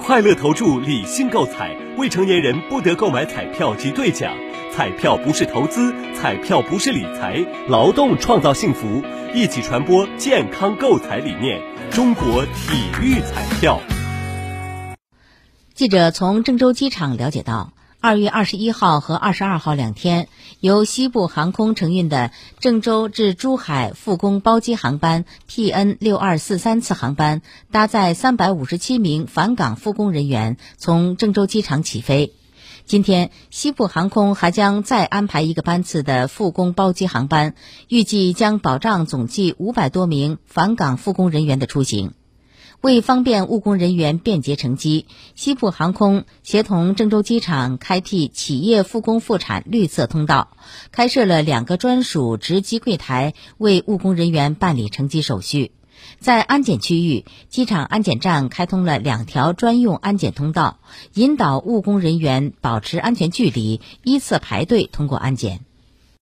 快乐投注，理性购彩，未成年人不得购买彩票及兑奖。彩票不是投资，彩票不是理财，劳动创造幸福，一起传播健康购彩理念。中国体育彩票。 记者从郑州机场了解到，2月21号和22号2天，由西部航空承运的郑州至珠海复工包机航班 PN6243 次航班，搭载357名返港复工人员从郑州机场起飞。今天，西部航空还将再安排一个班次的复工包机航班，预计将保障总计500多名返港复工人员的出行。为方便务工人员便捷乘机，西部航空协同郑州机场开辟企业复工复产绿色通道，开设了2个专属值机柜台，为务工人员办理乘机手续。在安检区域，机场安检站开通了2条专用安检通道，引导务工人员保持安全距离，依次排队通过安检。